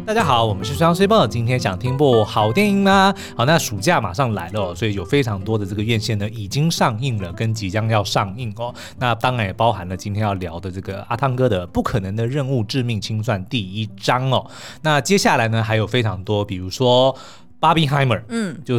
大家好，我们是双岁报，今天想听部好电影吗？好，那暑假马上来了所以有非常多的这个院线呢已经上映了，跟即将要上映那当然也包含了今天要聊的这个阿汤哥的《不可能的任务：致命清算》第1章那接下来呢还有非常多，比如说Barbieheimer，就是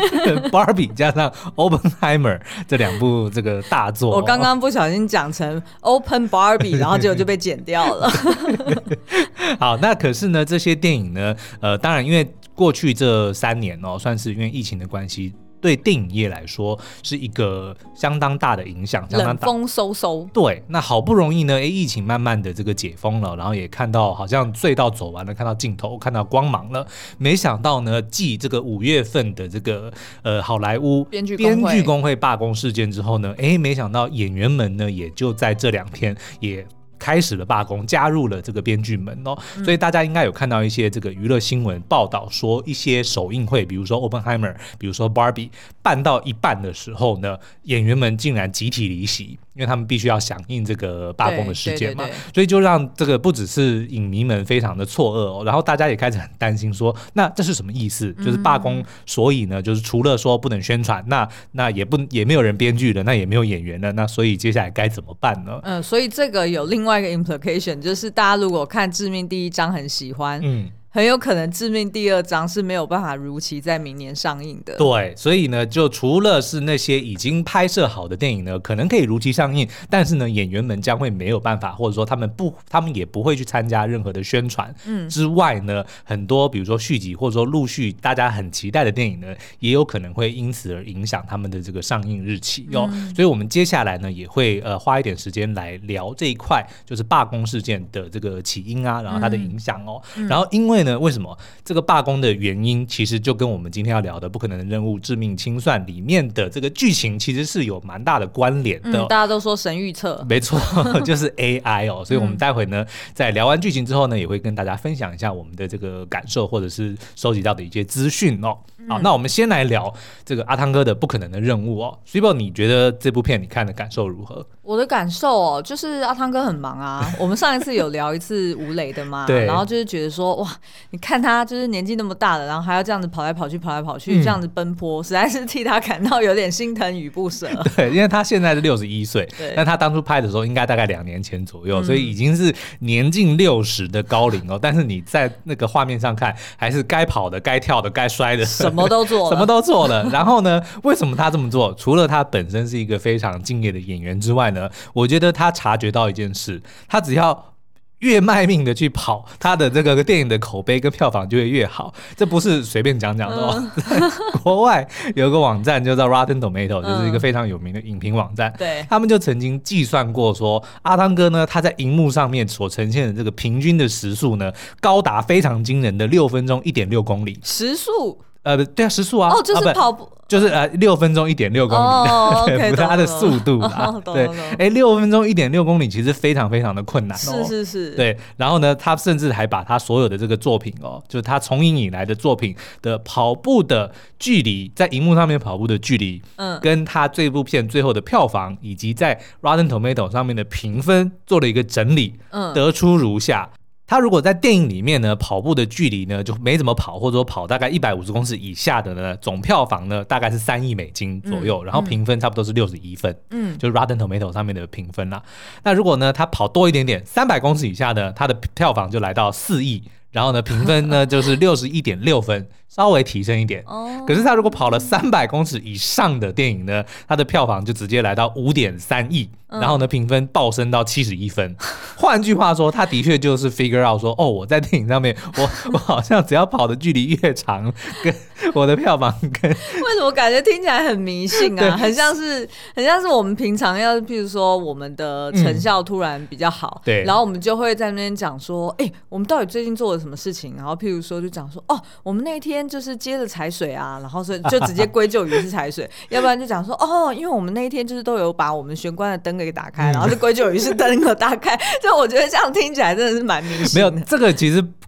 Barbie 加上 Oppenheimer 这两部这个大作我刚刚不小心讲成 Open Barbie 然后结果就被剪掉了好，那可是呢这些电影呢当然因为过去这3年算是因为疫情的关系，对电影业来说是一个相当大的影响， 冷风嗖嗖。 对，那好不容易呢疫情慢慢的这个解封了，然后也看到好像隧道走完了，看到尽头，看到光芒了，没想到呢继这个5月份的这个好莱坞编剧工会罢工事件之后呢，没想到演员们呢也就在这2天也开始了罢工，加入了这个编剧们所以大家应该有看到一些这个娱乐新闻报道说，一些首映会，比如说 Oppenheimer， 比如说 Barbie 办到一半的时候呢，演员们竟然集体离席，因为他们必须要响应这个罢工的事件嘛，所以就让这个不只是影迷们非常的错愕然后大家也开始很担心说，那这是什么意思？就是罢工，所以呢，就是除了说不能宣传，那也没有人编剧了，那也没有演员了，那所以接下来该怎么办呢？ 所以这个有另外一个 implication， 就是大家如果看《致命》第1章很喜欢，很有可能《致命》第2章是没有办法如期在明年上映的。 对，所以呢，就除了是那些已经拍摄好的电影呢，可能可以如期上映，但是呢，演员们将会没有办法，或者说他们也不会去参加任何的宣传。之外呢，很多比如说续集或者说陆续大家很期待的电影呢，也有可能会因此而影响他们的这个上映日期所以我们接下来呢，也会花一点时间来聊这一块，就是罢工事件的这个起因然后它的影响然后因为呢，为什么这个罢工的原因其实就跟我们今天要聊的《不可能的任务：致命清算》里面的这个剧情其实是有蛮大的关联的大家都说神预测， 没错就是 AI 所以我们待会呢在聊完剧情之后呢，也会跟大家分享一下我们的这个感受，或者是收集到的一些资讯好，那我们先来聊这个阿汤哥的《不可能的任务》Cibo 你觉得这部片你看的感受如何？ 我的感受就是阿汤哥很忙啊我们上一次有聊一次吴磊的嘛对， 然后就是觉得说哇，你看他就是年纪那么大了，然后还要这样子跑来跑去这样子奔波，实在是替他感到有点心疼与不舍。 对，因为他现在是61岁，但他当初拍的时候应该大概2年前左右所以已经是年近60的高龄但是你在那个画面上看，还是该跑的、该跳的、该摔的， 什么都做了， 什么都做了。然后呢，为什么他这么做？除了他本身是一个非常敬业的演员之外呢，我觉得他察觉到一件事，他只要越卖命的去跑，他的这个电影的口碑跟票房就会越好。这不是随便讲讲的国外有个网站叫做 Rotten Tomato， 就是一个非常有名的影评网站对， 他们就曾经计算过说，阿汤哥呢他在荧幕上面所呈现的这个平均的时速呢，高达非常惊人的6分钟 1.6 公里。 时速对啊，时速啊就是跑步就是6分钟 1.6 公里对， 不是它的速度啦对，6分钟 1.6 公里其实非常非常的困难是对，然后呢他甚至还把他所有的这个作品就是他从影以来的作品的跑步的距离，在荧幕上面跑步的距离跟他这部片最后的票房以及在 Rotten Tomato 上面的评分做了一个整理得出如下。他如果在电影里面呢跑步的距离呢就没怎么跑，或者说跑大概150公尺以下的呢，总票房呢大概是3亿美金左右然后评分差不多是61分就是 Rotten Tomato 上面的评分啦。那如果呢他跑多一点点300公尺以下呢，他的票房就来到4亿，然后呢评分呢就是61.6分稍微提升一点可是他如果跑了300公尺以上的电影呢，他的票房就直接来到5.3亿然后呢评分暴升到71分换句话说，他的确就是 figure out 说我在电影上面我好像只要跑的距离越长，跟我的票房跟为什么感觉听起来很迷信啊很像是我们平常要譬如说我们的成效突然比较好对， 然后我们就会在那边讲说我们到底最近做了什么事情，然后譬如说就讲说我们那一天就是接了财水啊，然后所以就直接归咎于是财水要不然就讲说因为我们那一天就是都有把我们玄关的灯给打开然后就归咎于是灯给打开就我觉得这样听起来真的是蛮迷信的。 没有，这个其实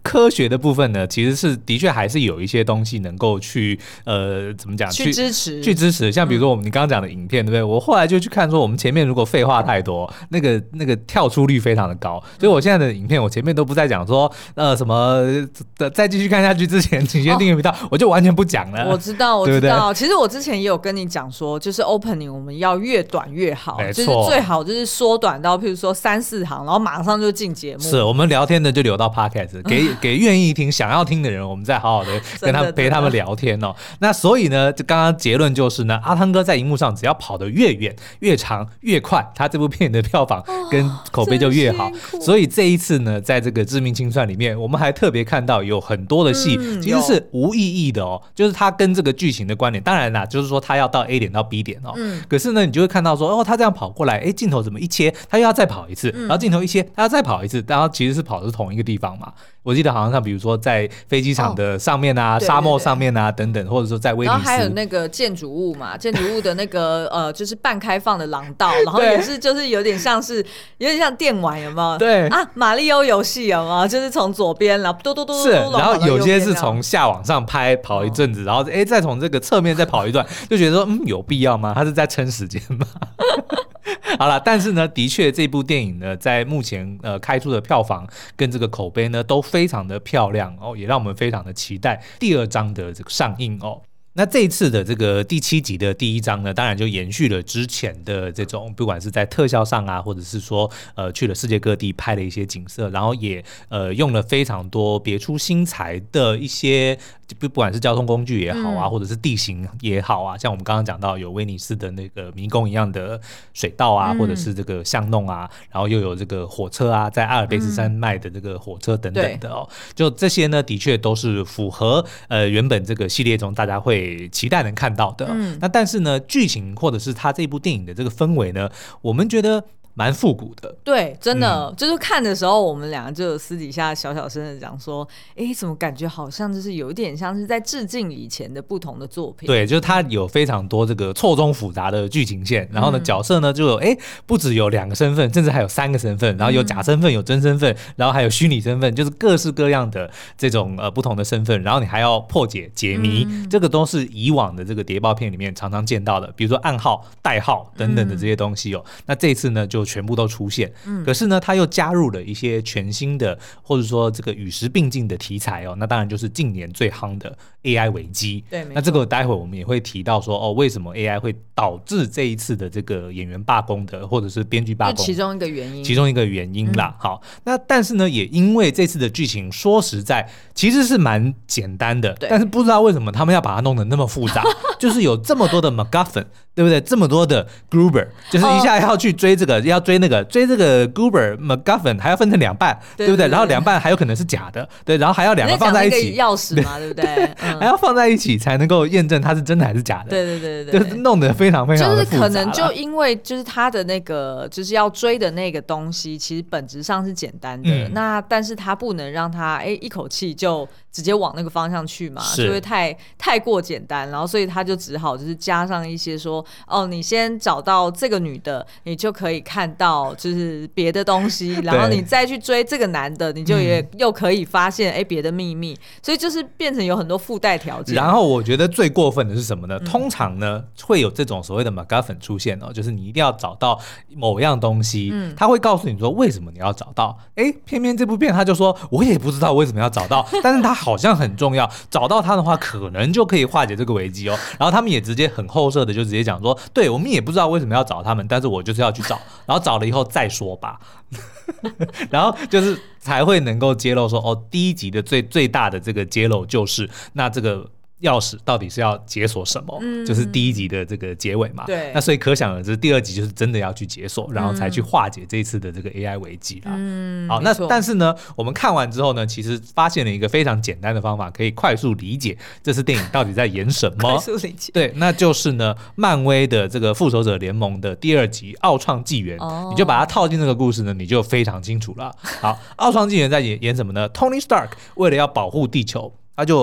科学的部分呢，其实是的确还是有一些东西能够去怎么讲去支持， 像比如说你刚刚讲的影片，对不对？我后来就去看说，我们前面如果废话太多，那个跳出率非常的高，所以我现在的影片我前面都不再讲说什么再继续看下去之前，请先订阅频道，我就完全不讲了。 我知道， 对不对？ 其实我之前也有跟你讲说，就是 opening 我们要越短越好，就是最好就是缩短到譬如说3-4行，然后马上就进节目。 是我们聊天的就留到 podcast， 给愿意听、想要听的人，我们再好好的跟他们陪他们聊天哦。那所以呢，刚刚结论就是呢，阿汤哥在荧幕上只要跑得越远、越长、越快，他这部片的票房跟口碑就越好。所以这一次呢，在这个致命清算里面，我们还特别看到有很多的戏其实是无意义的哦，就是它跟这个剧情的关联。当然啦，就是说他要到 A 点到 B 点哦，可是呢，你就会看到说，他这样跑过来，镜头怎么一切，他又要再跑一次，然后镜头一切，他要再跑一次，然后其实是跑的是同一个地方嘛。我记得好像比如说在飞机场的上面啊，沙漠上面啊等等，或者说在威尼斯， 然后还有那个建筑物嘛，建筑物的那个就是半开放的廊道，然后也是就是有点像电玩，有没有？ 对啊， 马里奥游戏有没有？就是从左边然后嘟嘟嘟嘟， 是，然后有些是从下往上拍跑一阵子，然后再从这个侧面再跑一段，就觉得说有必要吗？他是在撑时间吗？好了，但是呢，的确这部电影呢，在目前开出的票房跟这个口碑呢，都非常的漂亮哦，也让我们非常的期待第2章的这个上映哦。那这一次的这个第7集的第1章呢，当然就延续了之前的这种，不管是在特效上啊，或者是说去了世界各地拍了一些景色，然后也用了非常多别出心裁的一些，不管是交通工具也好啊，或者是地形也好啊，像我们刚刚讲到有威尼斯的那个迷宫一样的水道啊，或者是这个巷弄啊，然后又有这个火车啊，在阿尔卑斯山卖的这个火车等等的哦，就这些呢，的确都是符合原本这个系列中大家会期待能看到的。那但是呢，剧情或者是他这部电影的这个氛围呢，我们觉得蛮复古的。 对，真的，就是看的时候我们两个就私底下小声的讲说，怎么感觉好像就是有一点像是在致敬以前的不同的作品。 对，就是它有非常多这个错综复杂的剧情线，然后呢角色呢就有不只有2个身份，甚至还有3个身份，然后有假身份有真身份，然后还有虚拟身份，就是各式各样的这种不同的身份，然后你还要破解解谜，这个都是以往的这个谍报片里面常常见到的，比如说暗号、代号等等的这些东西哦。那这一次呢就全部都出现，可是呢他又加入了一些全新的或者说这个与时并进的题材哦。那当然就是近年最夯的 AI 危机。 对， 那这个待会我们也会提到说为什么 AI 会导致这一次的这个演员罢工的，或者是编剧罢工， 其中一个原因啦。好，那但是呢也因为这次的剧情说实在其实是蛮简单的，但是不知道为什么他们要把它弄得那么复杂就是有这么多的 MacGuffin， 对不对？这么多的 Gruber， 就是一下要去追这个要追那个，追这个 Gruber MacGuffin 还要分成2半，对不对？然后2半还有可能是假的，对，然后还要2个放在一起， 钥匙嘛，对不对？ 还要放在一起才能够验证它是真的还是假的。 对， 就是弄得非常非常的复杂， 就是可能就因为就是他的那个就是要追的那个东西，其实本质上是简单的，那但是他不能让他一口气就直接往那个方向去嘛，就会太过简单，然后所以他就只好就是加上一些说你先找到这个女的，你就可以看到就是别的东西，然后你再去追这个男的，你就也又可以发现别的秘密，所以就是变成有很多附带条件。 然后我觉得最过分的是什么呢？通常呢会有这种所谓的 MacGuffin 出现就是你一定要找到某样东西，他会告诉你说为什么你要找到，偏偏这部片他就说我也不知道为什么要找到，但是他好像很重要，找到他的话可能就可以化解这个危机然后他们也直接很后设的就直接讲说，对，我们也不知道为什么要找他们，但是我就是要去找，然后找了以后再说吧然后就是才会能够揭露说第一集的最大的这个揭露就是那这个钥匙到底是要解锁什么，就是第一集的这个结尾嘛。 对， 那所以可想而知第2集就是真的要去解锁，然后才去化解这一次的这个 AI 危机啦。好，那但是呢我们看完之后呢，其实发现了一个非常简单的方法，可以快速理解这次电影到底在演什么。 快速理解， 对，那就是呢漫威的这个复仇者联盟的第2集奥创纪元，你就把它套进这个故事呢，你就非常清楚了。好，奥创纪元在演什么呢？ Tony Stark 为了要保护地球，他就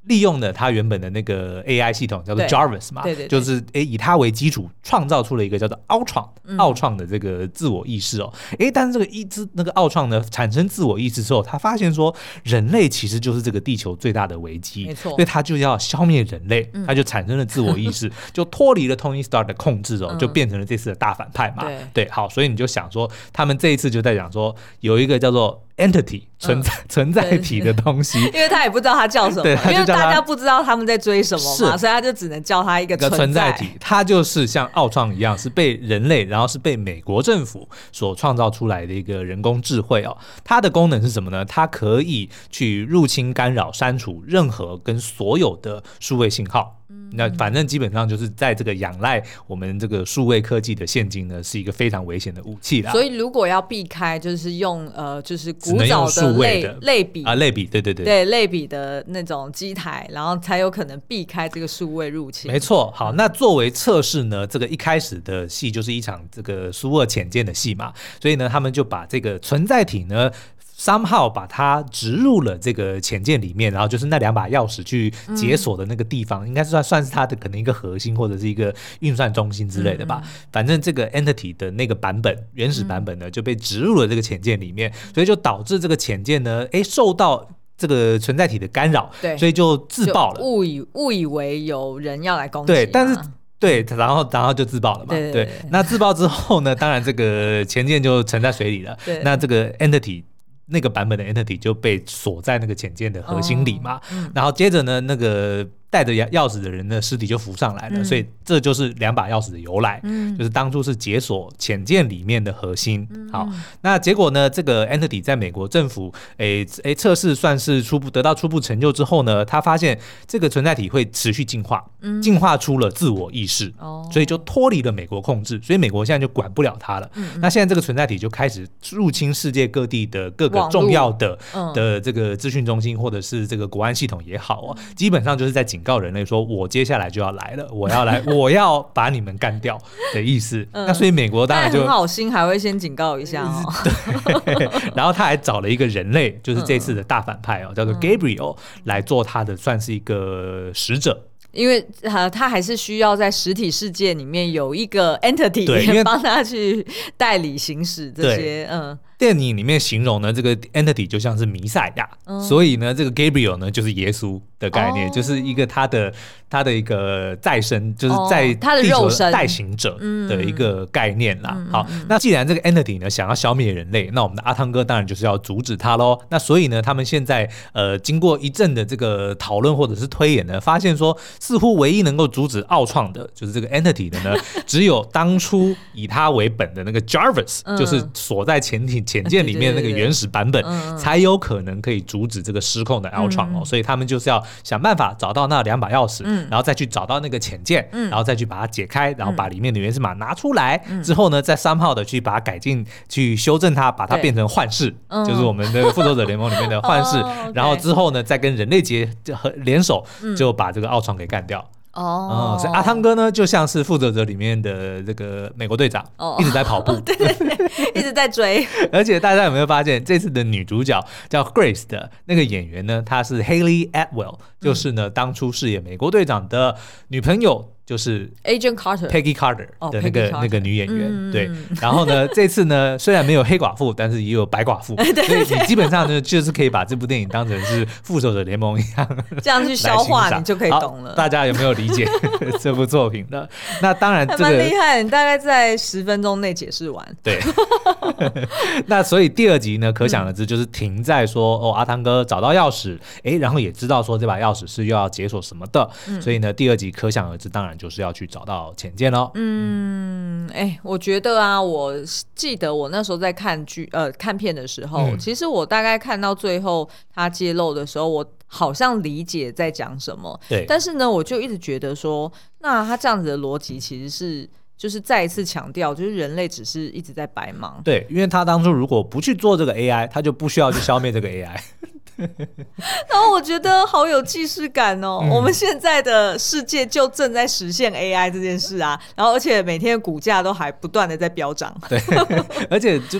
利用了它原本的那个 AI 系统叫做 Jarvis 嘛，对，就是以它为基础创造出了一个叫做奥创的这个自我意识哦。但是这个那个奥创呢产生自我意识之后，他发现说人类其实就是这个地球最大的危机， 没错， 所以他就要消灭人类，他就产生了自我意识，就脱离了 Tony Stark 的控制哦，就变成了这次的大反派嘛。对，好，所以你就想说，他们这一次就在讲说有一个叫做entity 存在体的东西， 因为他也不知道他叫什么，因为大家不知道他们在追什么嘛，所以他就只能叫他一个存在体。 他就是像奥创一样，是被人类，然后是被美国政府所创造出来的一个人工智慧哦。它的功能是什么呢？它可以去入侵、干扰、删除任何跟所有的数位信号。那反正基本上就是在这个仰赖我们这个数位科技的现今呢，是一个非常危险的武器啦。 所以如果要避开，就是用就是古早的类比啊，类比，对类比的那种机台，然后才有可能避开这个数位入侵。 没错。好，那作为测试呢，这个一开始的戏就是一场这个苏俄潜舰的戏嘛，所以呢，他们就把这个存在体呢somehow 把它植入了这个潜舰里面，然后就是那2把钥匙去解锁的那个地方，应该算是它的可能一个核心或者是一个运算中心之类的吧。反正这个 entity 的那个版本原始版本呢就被植入了这个潜舰里面，所以就导致这个潜舰呢受到这个存在体的干扰，所以就自爆了， 误以为有人要来攻击。 对，但是对，然后就自爆了嘛。对，那自爆之后呢，当然这个潜舰就沉在水里了。那这个 entity那个版本的 entity 就被锁在那个潜舰的核心里嘛，然后接着呢，那个带着钥匙的人的尸体就浮上来了，所以这就是2把钥匙的由来，就是当初是解锁潜舰里面的核心。好，那结果呢，这个 entity 在美国政府测试算是得到初步成就之后呢，他发现这个存在体会持续进化出了自我意识，所以就脱离了美国控制，所以美国现在就管不了它了。那现在这个存在体就开始入侵世界各地的各个重要的这个资讯中心或者是这个国安系统也好基本上就是在警告人类说，我接下来就要来了，我要把你们干掉的意思。那所以美国当然就很好心，还会先警告一下对，然后他还找了一个人类，就是这次的大反派叫做 Gabriel 来做他的算是一个使者。 因为他还是需要在实体世界里面有一个 entity 帮他去代理行使这些。 电影里面形容呢，这个 entity 就像是弥赛亚，所以呢，这个 Gabriel 呢就是耶稣的概念，就是一个他的一个再生，就是在地球的代行者的一个概念啦。好，那既然这个 entity 呢想要消灭人类，那我们的阿汤哥当然就是要阻止他咯。那所以呢，他们现在经过一阵的这个讨论或者是推演呢，发现说似乎唯一能够阻止奥创的，就是这个 entity 的呢，只有当初以他为本的那个 Jarvis，就是锁在潜舰里面那个原始版本，才有可能可以阻止这个失控的奥创所以他们就是要想办法找到那2把钥匙，然后再去找到那个潜舰，然后再去把它解开，然后把里面的原始码拿出来，之后呢，再somehow的去把它改进，去修正它，把它变成幻视，就是我们的复仇者联盟里面的幻视，然后之后呢，再跟人类联手，就把这个奥创给干掉。所以阿汤哥呢就像是复仇者里面的这个美国队长，一直在跑步， 对，一直在追。 而且大家有没有发现，这次的女主角叫 Grace 的那个演员呢，她是 Hayley Atwell，就是呢当初饰演美国队长的女朋友。就是 Agent Carter Peggy Carter 的那个女演员，对。然后呢，这次呢虽然没有黑寡妇，但是也有白寡妇，所以你基本上呢就是可以把这部电影当成是复仇者联盟一样， 这样去消化，你就可以懂了。 大家有没有理解这部作品呢？那当然，这个蛮厉害，你大概在10分钟内解释完。 对。那所以第2集呢，可想而知就是停在说阿汤哥找到钥匙，然后也知道说这把钥匙是又要解锁什么的，所以呢第2集可想而知，当然就是要去找到潜舰咯。 我觉得啊，我记得我那时候在看片的时候，其实我大概看到最后他揭露的时候，我好像理解在讲什么。对，但是呢，我就一直觉得说，那他这样子的逻辑其实是。就是再一次强调，就是人类只是一直在白忙。 对，因为他当初如果不去做这个 AI， 他就不需要去消灭这个 AI。 然后我觉得好有既视感哦，我们现在的世界就正在实现 AI 这件事啊，然后而且每天的股价都还不断的在飙涨。 对，而且就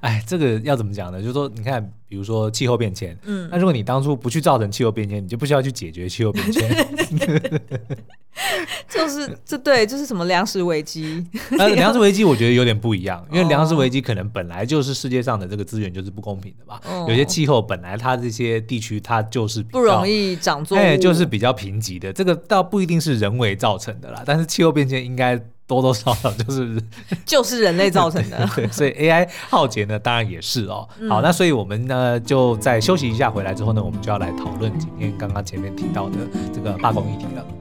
哎，这个要怎么讲呢？就是说，你看，比如说气候变迁，那如果你当初不去造成气候变迁，你就不需要去解决气候变迁。 就是什么粮食危机。 粮食危机我觉得有点不一样，因为粮食危机可能本来就是世界上的这个资源就是不公平的吧。有些气候本来它这些地区它就是比较不容易长作物， 就是比较贫瘠的，这个倒不一定是人为造成的啦，但是气候变迁应该多多少少就是人类造成的。 对，所以 AI 浩劫呢，当然也是哦。好，那所以我们呢就再休息一下，回来之后呢，我们就要来讨论今天刚刚前面提到的这个罢工议题了。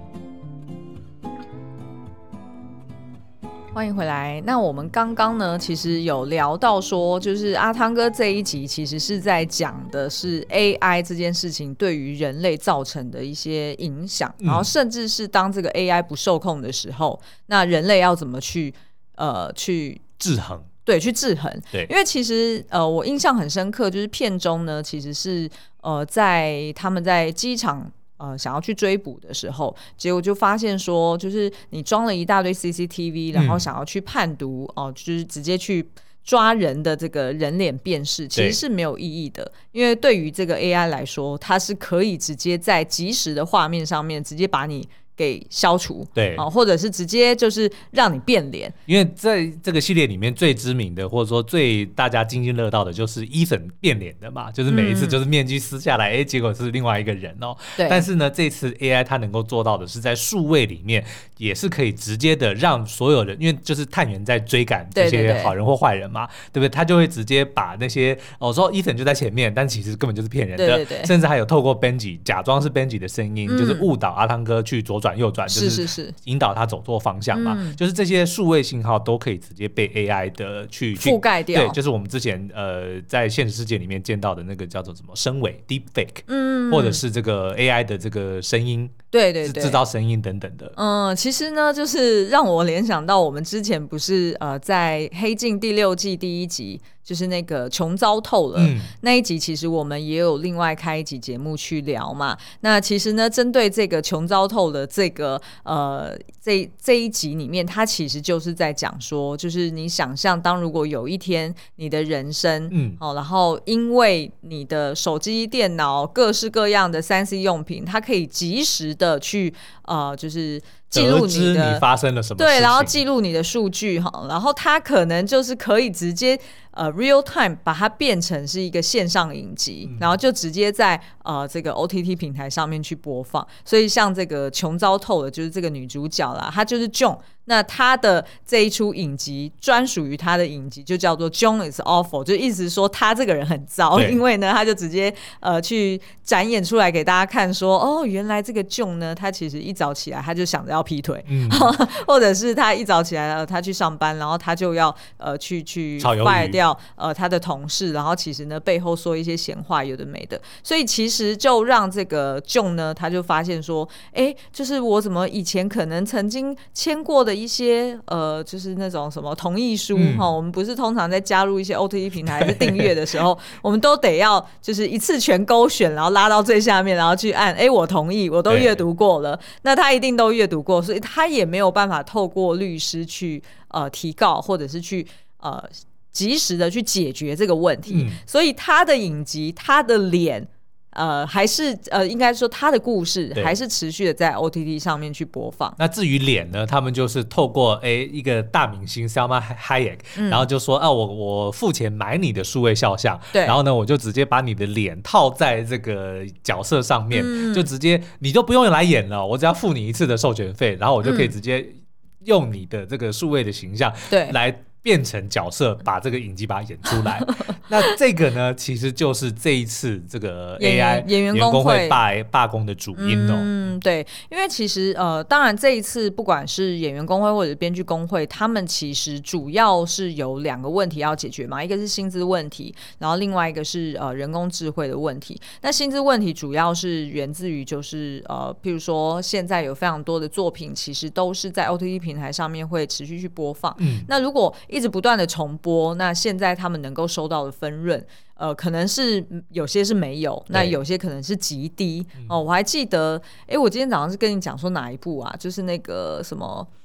欢迎回来。那我们刚刚呢，其实有聊到说，就是阿汤哥这一集其实是在讲的是 AI 这件事情对于人类造成的一些影响，然后甚至是当这个 AI 不受控的时候，那人类要怎么去制衡。 对，去制衡。 对， 因为其实我印象很深刻，就是片中呢，其实是在他们在机场想要去追捕的时候，结果就发现说，就是你装了一大堆 CCTV， 然后想要去判读就是直接去抓人的这个人脸辨识，其实是没有意义的。因为对于这个 AI 来说，它是可以直接在即时的画面上面直接把你给消除， 对， 或者是直接就是让你变脸。 因为在这个系列里面最知名的，或者说最大家津津乐道的，就是Ethan变脸的嘛，就是每一次就是面具撕下来，结果是另外一个人哦。对。但是呢，这次 AI 它能够做到的是在数位里面也是可以直接的让所有人，因为就是探员在追赶这些好人或坏人嘛，对不对？他就会直接把那些说 Ethan 就在前面，但其实根本就是骗人的，对，甚至还有透过 Benji 假装是 Benji 的声音，就是误导阿汤哥去转右转，就是引导他走错方向嘛。就是这些数位信号都可以直接被 AI 的去覆盖掉。 对，就是我们之前在现实世界里面见到的那个叫做什么声伪 Deepfake，或者是这个 AI 的这个声音，对，制造声音等等的。 其实呢，就是让我联想到我们之前不是在黑镜第6季第1集。就是那个穷糟透了，那一集其实我们也有另外开一集节目去聊嘛。那其实呢，针对这个穷糟透的这个这一集里面，它其实就是在讲说，就是你想象当如果有一天你的人生，然后因为你的手机、电脑各式各样的3C 用品，它可以及时的去就是记录你发生了什么事情， 对，然后记录你的数据哈，然后它可能就是可以直接real time 把它变成是一个线上影集，然后就直接在这个 OTT 平台上面去播放。所以像这个穷糟透的，就是这个女主角啦，她就是 June。那他的这一出影集专属于他的影集就叫做 June is awful， 就意思说他这个人很糟，因为呢他就直接去展演出来给大家看说，原来这个 June 呢他其实一早起来他就想着要劈腿，或者是他一早起来他去上班，然后他就要去 fire 掉他的同事，然后其实呢背后说一些闲话有的没的，所以其实就让这个 June 呢他就发现说，就是我怎么以前可能曾经签过的一些就是那种什么同意书我们不是通常在加入一些 OTT 平台还是订阅的时候我们都得要就是一次全勾选，然后拉到最下面，然后去按我同意，我都阅读过了，那他一定都阅读过，所以他也没有办法透过律师去提告或者是去及时的去解决这个问题，所以他的影集他的脸还是应该说他的故事还是持续的在 OTT 上面去播放。 那至于脸呢，他们就是透过一个大明星 Salma Hayek，然后就说我付钱买你的数位肖像，然后呢我就直接把你的脸套在这个角色上面，就直接你就不用来演了，我只要付你一次的授权费，然后我就可以直接用你的这个数位的形象来变成角色，把这个影集把它演出来。那这个呢，其实就是这一次这个 AI 演员工会罢工的主因对，因为其实当然这一次不管是演员工会或者编剧工会，他们其实主要是有2个问题要解决嘛，一个是薪资问题，然后另外一个是人工智慧的问题。那薪资问题主要是源自于就是譬如说现在有非常多的作品其实都是在 OTT 平台上面会持续去播放，那如果一直不断的重播，那现在他们能够收到的分润可能是有些是没有，那有些可能是极低我还记得我今天早上是跟你讲说哪一部啊，就是那个什么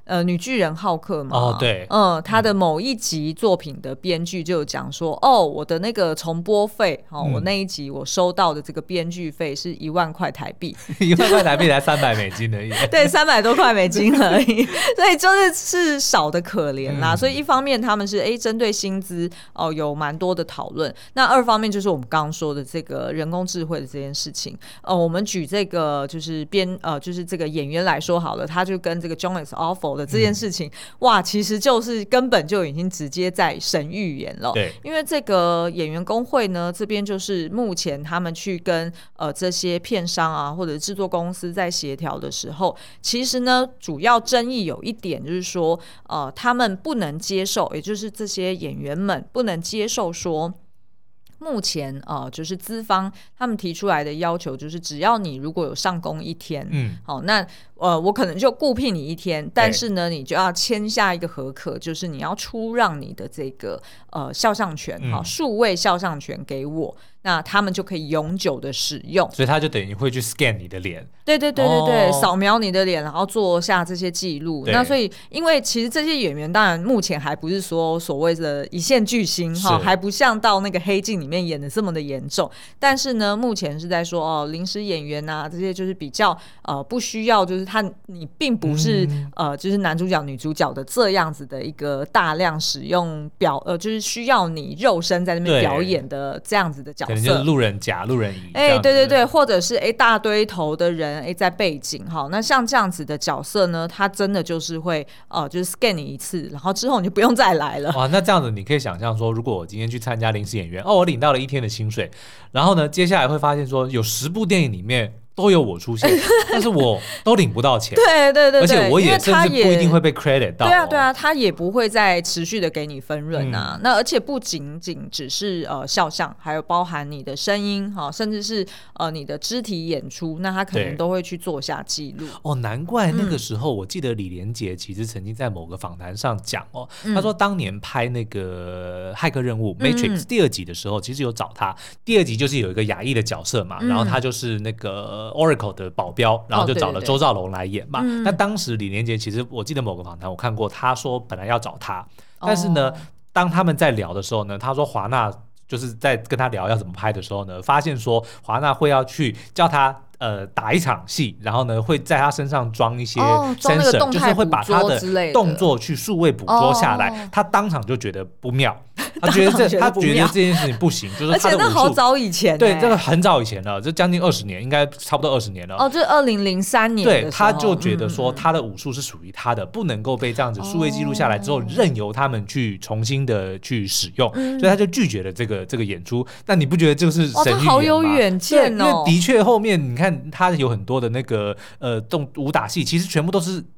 女巨人浩克嘛， 对， 他的某一集作品的编剧就有讲说，我的那个重播费，我那一集我收到的这个编剧费是1万块台币 ，1万块台币才300美金而已， 对，300多块美金而已，所以就是少的可怜啦。所以一方面他们是针对薪资有蛮多的讨论，那二方面就是我们刚刚说的这个人工智慧的这件事情。我们举这个就是就是这个演员来说好了，他就跟这个 John is awful 的这件事情，哇，其实就是根本就已经直接在审预言了。 对， 因为这个演员工会呢，这边就是目前他们去跟这些片商啊或者制作公司在协调的时候，其实呢主要争议有一点就是说，他们不能接受，也就是这些演员们不能接受说，目前就是资方他们提出来的要求就是，只要你如果有上工1天，好，那我可能就雇聘你1天，但是呢你就要签下一个合可，就是你要出让你的这个肖像权，数位肖像权给我，那他们就可以永久的使用。 所以他就等于会去 scan 你的脸， 对，扫描你的脸，然后做下这些记录。那所以因为其实这些演员当然目前还不是说所谓的一线巨星还不像到那个黑镜里面演的这么的严重，但是呢目前是在说临时演员啊，这些就是比较不需要，就是你并不是就是男主角女主角的这样子的一个大量使用就是需要你肉身在那边表演的这样子的角色， 可能就是路人甲路人乙， 对，或者是大堆头的人在背景，那像这样子的角色呢，他真的就是会就是 scan 你一次，然后之后你就不用再来了。 哇，那这样子你可以想象说，如果我今天去参加临时演员，我领到了1天的薪水，然后呢接下来会发现说有10部电影里面都有我出现，但是我都领不到钱。 对， 而且我也甚至不一定会被 credit 到。 对啊，他也不会再持续的给你分润啊。那而且不仅仅只是肖像，还有包含你的声音甚至是你的肢体演出，那他可能都会去做下记录。 难怪那个时候我记得李连杰其实曾经在某个访谈上讲他说当年拍那个骇客任务 Matrix 第2集的时候，其实有找他。第2集就是有一个亚裔的角色嘛，然后他就是那个Oracle 的保镖，然后就找了周兆龙来演嘛。那当时李连杰其实我记得某个访谈我看过，他说本来要找他，但是呢当他们在聊的时候呢，他说华纳就是在跟他聊要怎么拍的时候呢，发现说华纳会要去叫他打一场戏，然后呢会在他身上装一些 sensor，就是会把他的动作去数位捕捉下来。他当场就觉得不妙，他觉得这件事情不行，就是他的武术，而且那好早以前， 对，这个很早以前了，这将近20年，应该差不多20年了。 就2003年的时候， 对，他就觉得说他的武术是属于他的，不能够被这样子数位记录下来之后，任由他们去重新的去使用，所以他就拒绝了这个演出。那你不觉得这个是神预言吗？ 他好有远见哦！ 因为的确后面你看他有很多的那个武打戏，其实全部都是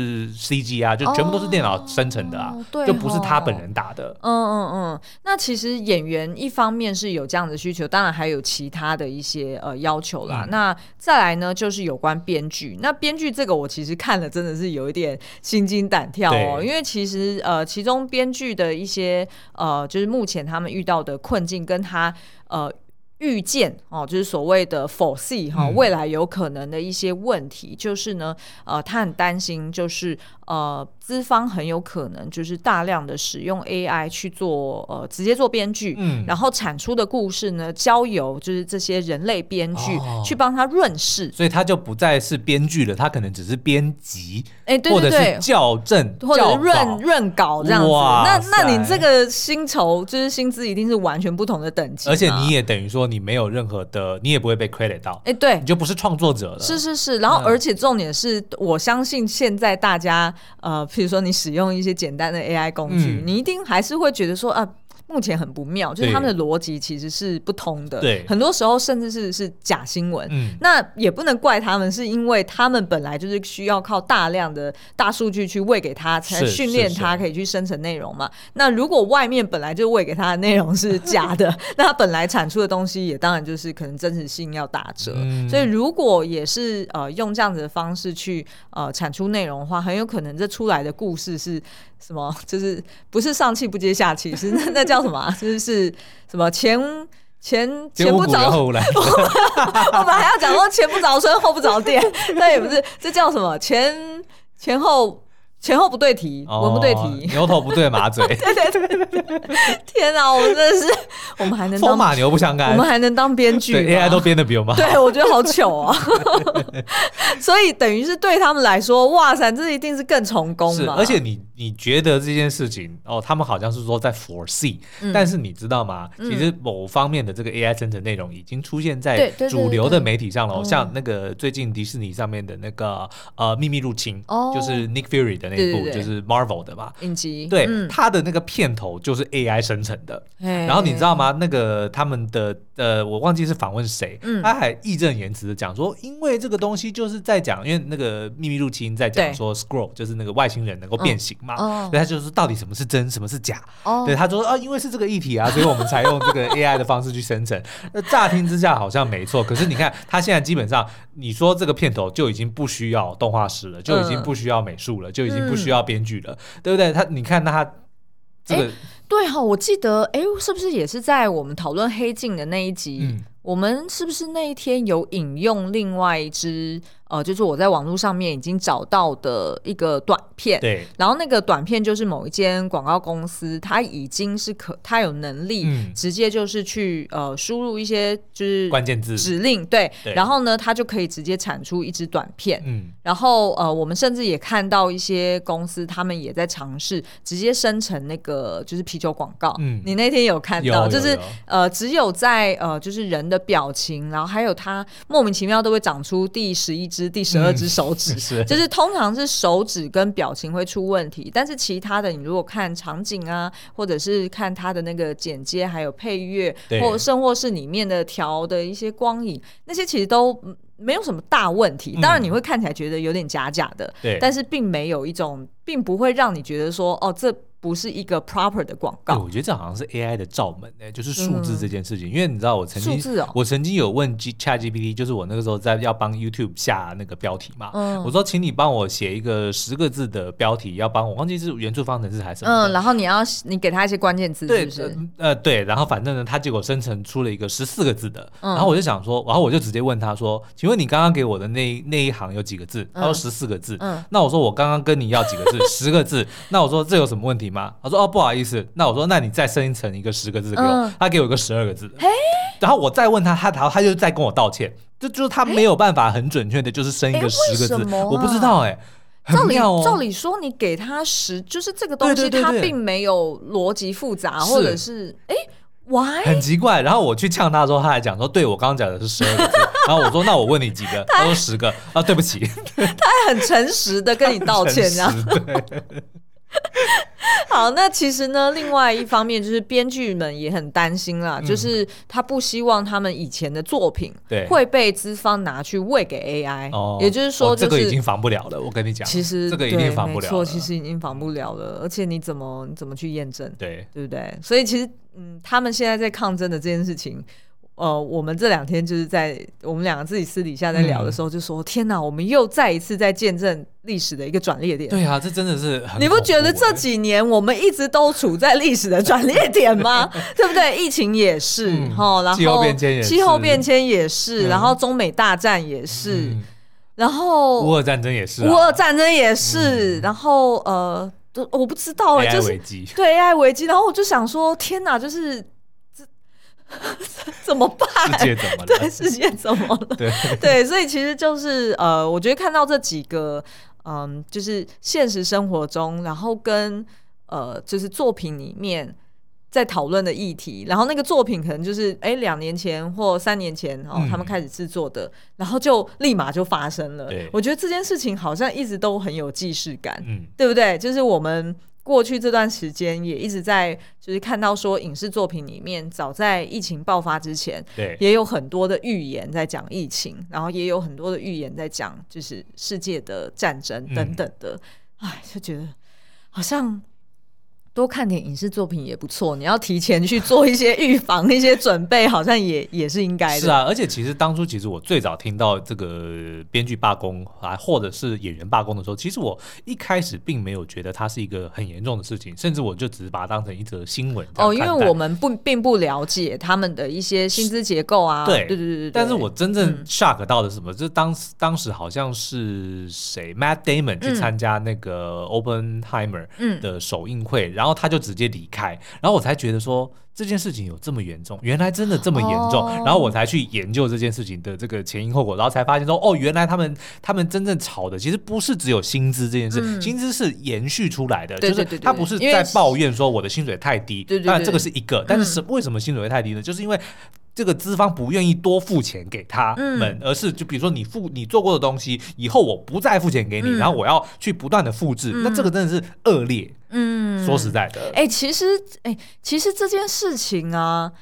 CG 啊，就全部都是电脑生成的啊，就不是他本人打的。 那其实演员一方面是有这样的需求，当然还有其他的一些要求啦。那再来呢，就是有关编剧。那编剧这个我其实看了真的是有一点心惊胆跳因为其实其中编剧的一些就是目前他们遇到的困境跟他预见就是所谓的 foresee 未来有可能的一些问题，就是呢他很担心就是资方很有可能就是大量的使用 AI 去做直接做编剧，然后产出的故事呢交由就是这些人类编剧去帮他润饰， 所以他就不再是编剧了，他可能只是编辑， 对， 或者是校正或者润稿这样子。那你这个薪酬就是薪资一定是完全不同的等级， 而且你也等于说你没有任何的，你也不会被 credit 到， 对， 你就不是创作者了。 是，然后而且重点是我相信现在大家譬如说你使用一些简单的 AI 工具，你一定还是会觉得说目前很不妙，就是他们的逻辑其实是不通的， 对， 很多时候甚至是假新闻。那也不能怪他们，是因为他们本来就是需要靠大量的大数据去喂给他，才训练他可以去生成内容嘛。那如果外面本来就喂给他的内容是假的，那他本来产出的东西也当然就是可能真实性要打折。所以如果也是用这样子的方式去产出内容的话，很有可能这出来的故事是什么？就是不是上气不接下气，是那叫什么就是什么前不着后来我们还要讲说前不着村后不着店，那也不是，这叫什么前后前后不对题，文不对题， 牛头不对马嘴。 对，天哪，我们真的是，我们还能当风马牛不相干， 我们还能当编剧对 AI 都编得比我们好。 对，我觉得好糗啊。所以等于是对他们来说，哇塞，这一定是更成功嘛。 而且你觉得这件事情他们好像是说在 foresee，但是你知道吗？其实某方面的这个 AI 生成内容已经出现在主流的媒体上了。像那个最近迪士尼上面的那个秘密入侵，就是 Nick Fury 的那一部，就是 Marvel 的嘛， 影集。 对，他的那个片头就是 AI 生成的。然后你知道吗？那个他们的我忘记是访问谁，他还义正言辞的讲说，因为这个东西就是在讲，因为那个秘密入侵在讲说 Skrull 就是那个外星人能够变形嘛，所以他就是到底什么是真，什么是假。对，他说因为是这个议题啊，所以我们才用这个 AI 的方式去生成。乍听之下好像没错，可是你看他现在基本上，你说这个片头就已经不需要动画师了，就已经不需要美术了，就已经不需要编剧了，对不对？你看他这个。 对哈，我记得，是不是也是在我们讨论黑镜的那一集？我们是不是那一天有引用另外一支就是我在网络上面已经找到的一个短片？对，然后那个短片就是某一间广告公司，它已经是它有能力直接就是去输入一些就是关键字指令，对，然后呢，它就可以直接产出一支短片。然后我们甚至也看到一些公司，他们也在尝试直接生成那个就是啤酒广告。你那天有看到？就是只有在就是人的表情，然后还有它莫名其妙都会长出第11只、第12只手指，就是通常是手指跟表情会出问题，但是其他的你如果看场景啊，或者是看它的那个剪接，还有配乐，甚或是里面的调的一些光影，那些其实都没有什么大问题。当然你会看起来觉得有点假假的，但是并没有一种，并不会让你觉得说这不是一个 proper 的广告。 我觉得这好像是 AI 的罩门就是数字这件事情。因为你知道我曾经有问 ChatGPT， 就是我那个时候要帮 YouTube 下那个标题嘛，我说请你帮我写一个10个字的标题，要帮我忘记是元素方程式还是什么然后你给他一些关键字，是不是？ 对，然后反正呢，他结果生成出了一个14个字的，然后我就想说，然后我就直接问他说，请问你刚刚给我的那一行有几个字？他说14个字。那我说我刚刚跟你要几个字？10个字。那我说这有什么问题吗？他说不好意思。那我说那你再生成一个10个字给我。他给我一个12个字的。然后我再问他，然后他就再跟我道歉，就是他没有办法很准确的就是生一个10个字。我不知道照理说你给他就是这个东西它并没有逻辑复杂，或者是why？ 很奇怪。然后我去呛他的时候，他还讲说对，我刚刚讲的是12个字。然后我说那我问你几个？他说10个。对不起。 他还很诚实的跟你道歉这样。好，那其实呢，另外一方面就是编剧们也很担心啦，就是他不希望他们以前的作品会被资方拿去喂给 AI，也就是说， 这个已经防不了了。我跟你讲， 其实这个一定防不了了， 没错，其实已经防不了了，而且你怎么去验证？ 对不对？所以其实他们现在在抗争的这件事情。我们这2天就是在我们2个自己私底下在聊的时候就说，天哪，我们又再一次在见证历史的一个转捩点。 对啊，这真的是很， 你不觉得这几年我们一直都处在历史的转捩点吗？对不对？疫情也是，然后气候变迁也是，然后中美大战也是，然后乌俄战争也是， 然后我不知道 AI 危机， 对 AI 危机，然后我就想说，天哪，就是怎么办？ 世界怎么了？ 对，世界怎么了？对，所以其实就是我觉得看到这几个就是现实生活中，然后跟就是作品里面在讨论的议题，然后那个作品可能就是2年前或3年前他们开始制作的，然后就立马就发生了。我觉得这件事情好像一直都很有既视感，对不对？就是我们过去这段时间也一直在就是看到说影视作品里面，早在疫情爆发之前，也有很多的预言在讲疫情，然后也有很多的预言在讲就是世界的战争等等的。就觉得好像多看点影视作品也不错，你要提前去做一些预防一些准备，好像也是应该的。 是啊，而且其实当初我最早听到这个编剧罢工啊，或者是演员罢工的时候，其实我一开始并没有觉得它是一个很严重的事情，甚至我就只是把它当成一则新闻因为我们并不了解他们的一些薪资结构啊。对。 但是我真正 shock 到的是什么？就是当时好像是谁 Matt Damon 去参加那个 Oppenheimer 的首映会，然后他就直接离开，然后我才觉得说这件事情有这么严重，原来真的这么严重，然后我才去研究这件事情的这个前因后果，然后才发现说原来他们真正吵的其实不是只有薪资这件事，薪资是延续出来的，就是他不是在抱怨说我的薪水太低，当然这个是一个，但是为什么薪水会太低呢？就是因为这个资方不愿意多付钱给他们，而是就比如说你做过的东西，以后我不再付钱给你，然后我要去不断的复制，那这个真的是恶劣。说实在的， 其实这件事情啊，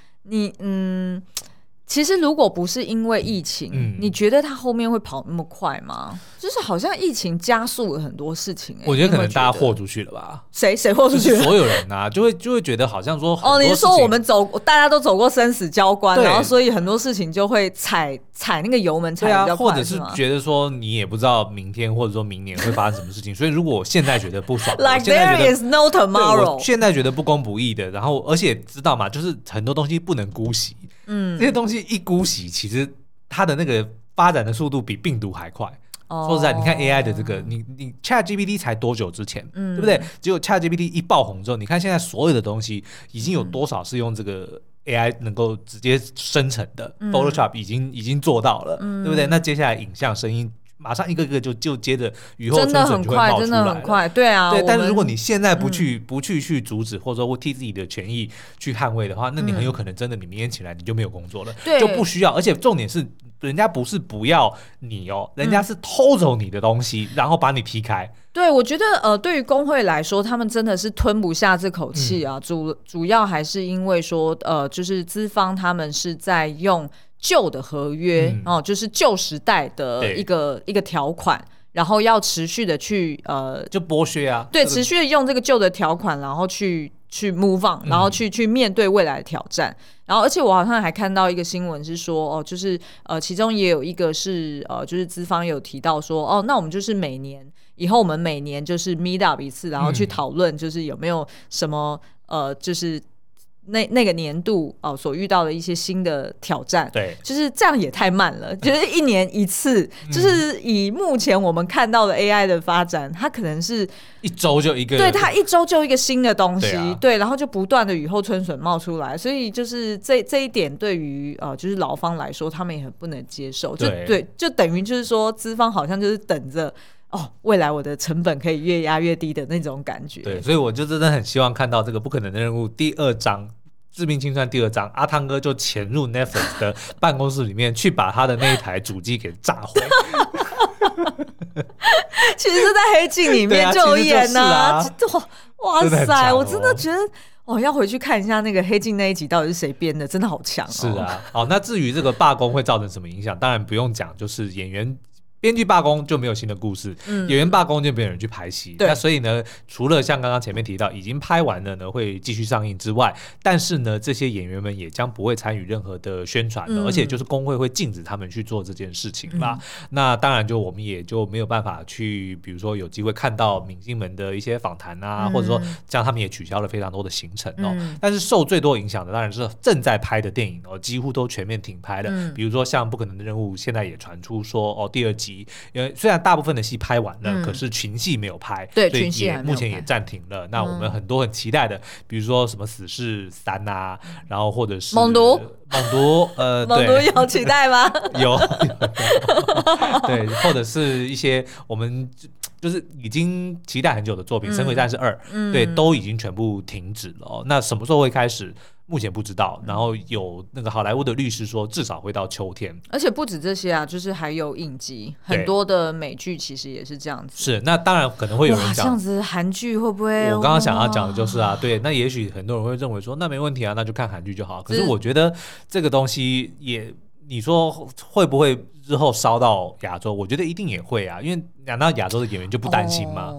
其实如果不是因为疫情，你觉得它后面会跑那么快吗？就是好像疫情加速了很多事情。 我觉得可能大家豁出去了吧？ 谁豁出去了？ 所有人啊，就会觉得好像说你是说我们大家都走过生死交关，然后所以很多事情就会踩那个油门踩得比较快， 或者是觉得说你也不知道明天或者说明年会发生什么事情，所以如果我现在觉得不爽 ，like there is no tomorrow， 我现在觉得不公不义的，然后而且知道嘛，就是很多东西不能姑息，这些东西一姑息，其实它的那个发展的速度比病毒还快。说实在，你看 AI 的这个，你 ChatGPT 才多久之前，对不对？结果 ChatGPT 一爆红之后，你看现在所有的东西已经有多少是用这个 AI 能够直接生成的，Photoshop 已经做到了，对不对？那接下来影像、声音。马上一个个就接着雨后春笋就会冒出来了， 真的很快，对啊。 对，但是如果你现在不去阻止，或者说替自己的权益去捍卫的话，那你很有可能真的你明天起来你就没有工作了，就不需要。而且重点是，人家不是不要你人家是偷走你的东西，然后把你踢开。 对，我觉得对于工会来说，他们真的是吞不下这口气啊。主要还是因为说就是资方他们是在用旧的合约就是旧时代的一个条款，然后要持续的去就剥削啊， 对，持续的用这个旧的条款，然后去 move on， 然后去面对未来的挑战。然后而且我好像还看到一个新闻是说就是其中也有一个是就是资方有提到说那我们就是以后我们每年就是 meet up 一次，然后去讨论就是有没有什么就是那个年度所遇到的一些新的挑战， 对， 就是这样也太慢了，就是一年一次，就是以目前我们看到的 AI 的发展，它可能是一周就一个， 对，它一周就一个新的东西，对，然后就不断的雨后春笋冒出来，所以就是这一点对于就是劳方来说，他们也很不能接受，就等于就是说资方好像就是等着。未来我的成本可以越压越低的那种感觉。 对，所以我就真的很希望看到这个不可能的任务第2章致命清算第2章，阿汤哥就潜入 Netflix 的办公室里面去把他的那一台主机给炸毁。 其实在黑镜里面就有演啊，哇塞，我真的觉得要回去看一下那个黑镜那一集到底是谁编的，真的好强是啊，那至于这个罢工会造成什么影响，当然不用讲，就是编剧罢工就没有新的故事，演员罢工就没有人去拍戏。那所以呢，除了像刚刚前面提到已经拍完了呢会继续上映之外，但是呢这些演员们也将不会参与任何的宣传了，而且就是工会会禁止他们去做这件事情啦。那当然我们也就没有办法去比如说有机会看到明星们的一些访谈啊，或者说像他们也取消了非常多的行程但是受最多影响的当然是正在拍的电影几乎都全面停拍了。比如说像不可能的任务现在也传出说第2集因为虽然大部分的戏拍完了，可是群戏没有拍， 对， 所以也目前也暂停了。那我们很多很期待的，比如说什么死侍3啊，然后或者是猛毒猛毒有期待吗？ 有对，或者是一些我们就是已经期待很久的作品，神鬼战士2》对，都已经全部停止了那什么时候会开始？目前不知道，然后有那个好莱坞的律师说至少会到秋天， 而且不止这些啊，就是还有影集，很多的美剧其实也是这样子。 是，那当然可能会有人讲， 这样子韩剧会不会？ 我刚刚想要讲的就是对，那也许很多人会认为说那没问题啊，那就看韩剧就好。可是我觉得这个东西也，你说会不会日后烧到亚洲？我觉得一定也会啊，因为难道亚洲的演员就不担心吗？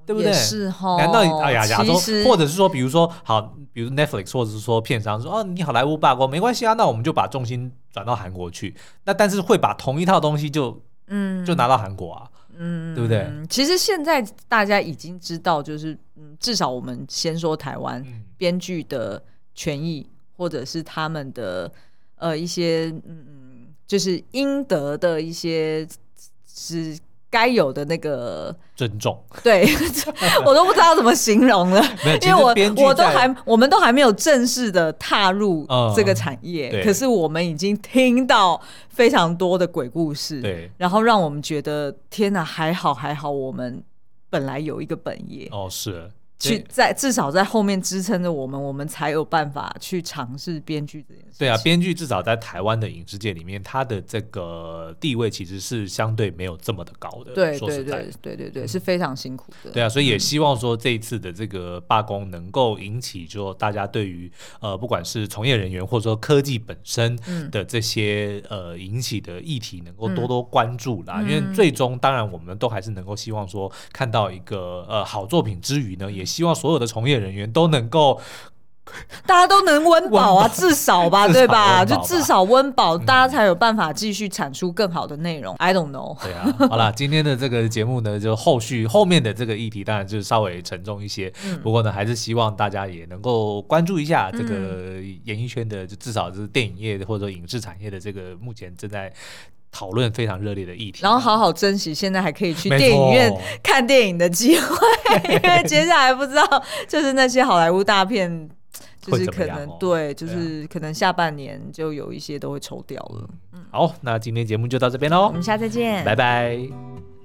对不对？ 也是齁。 难道亚洲，或者是说，比如说好，比如 Netflix 或者是说片商说你好莱坞罢工没关系啊，那我们就把重心转到韩国去。那但是会把同一套东西就拿到韩国啊，对不对？ 其实现在大家已经知道，就是至少我们先说台湾编剧的权益，或者是他们的一些就是应得的一些是该有的那个尊重， 对我都不知道怎么形容了，因为我们都还没有正式的踏入这个产业，可是我们已经听到非常多的鬼故事， 对， 然后让我们觉得天哪，还好我们本来有一个本业是去至少在后面支撑着我们才有办法去尝试编剧这件事情。 对啊，编剧至少在台湾的影视界里面，他的这个地位其实是相对没有这么的高的。 对，是非常辛苦的。 对啊，所以也希望说这一次的这个罢工能够引起就大家对于不管是从业人员或者说科技本身的这些引起的议题能够多多关注啦。因为最终当然我们都还是能够希望说看到一个好作品之余呢，也希望所有的从业人员都能够大家都能温饱啊，至少吧，对吧？就至少温饱，大家才有办法继续产出更好的内容。I don't know。 对啊，好啦，今天的这个节目呢，就后面的这个议题，当然就是稍微沉重一些。不过呢，还是希望大家也能够关注一下这个演艺圈的，就至少是电影业或者影视产业的这个目前正在讨论非常热烈的议题， 然后好好珍惜现在还可以去电影院看电影的机会，因为接下来不知道就是那些好莱坞大片。就是可能对，就是可能下半年就有一些都会抽掉了。 好，那今天节目就到这边喽， 我们下次再见， 拜拜。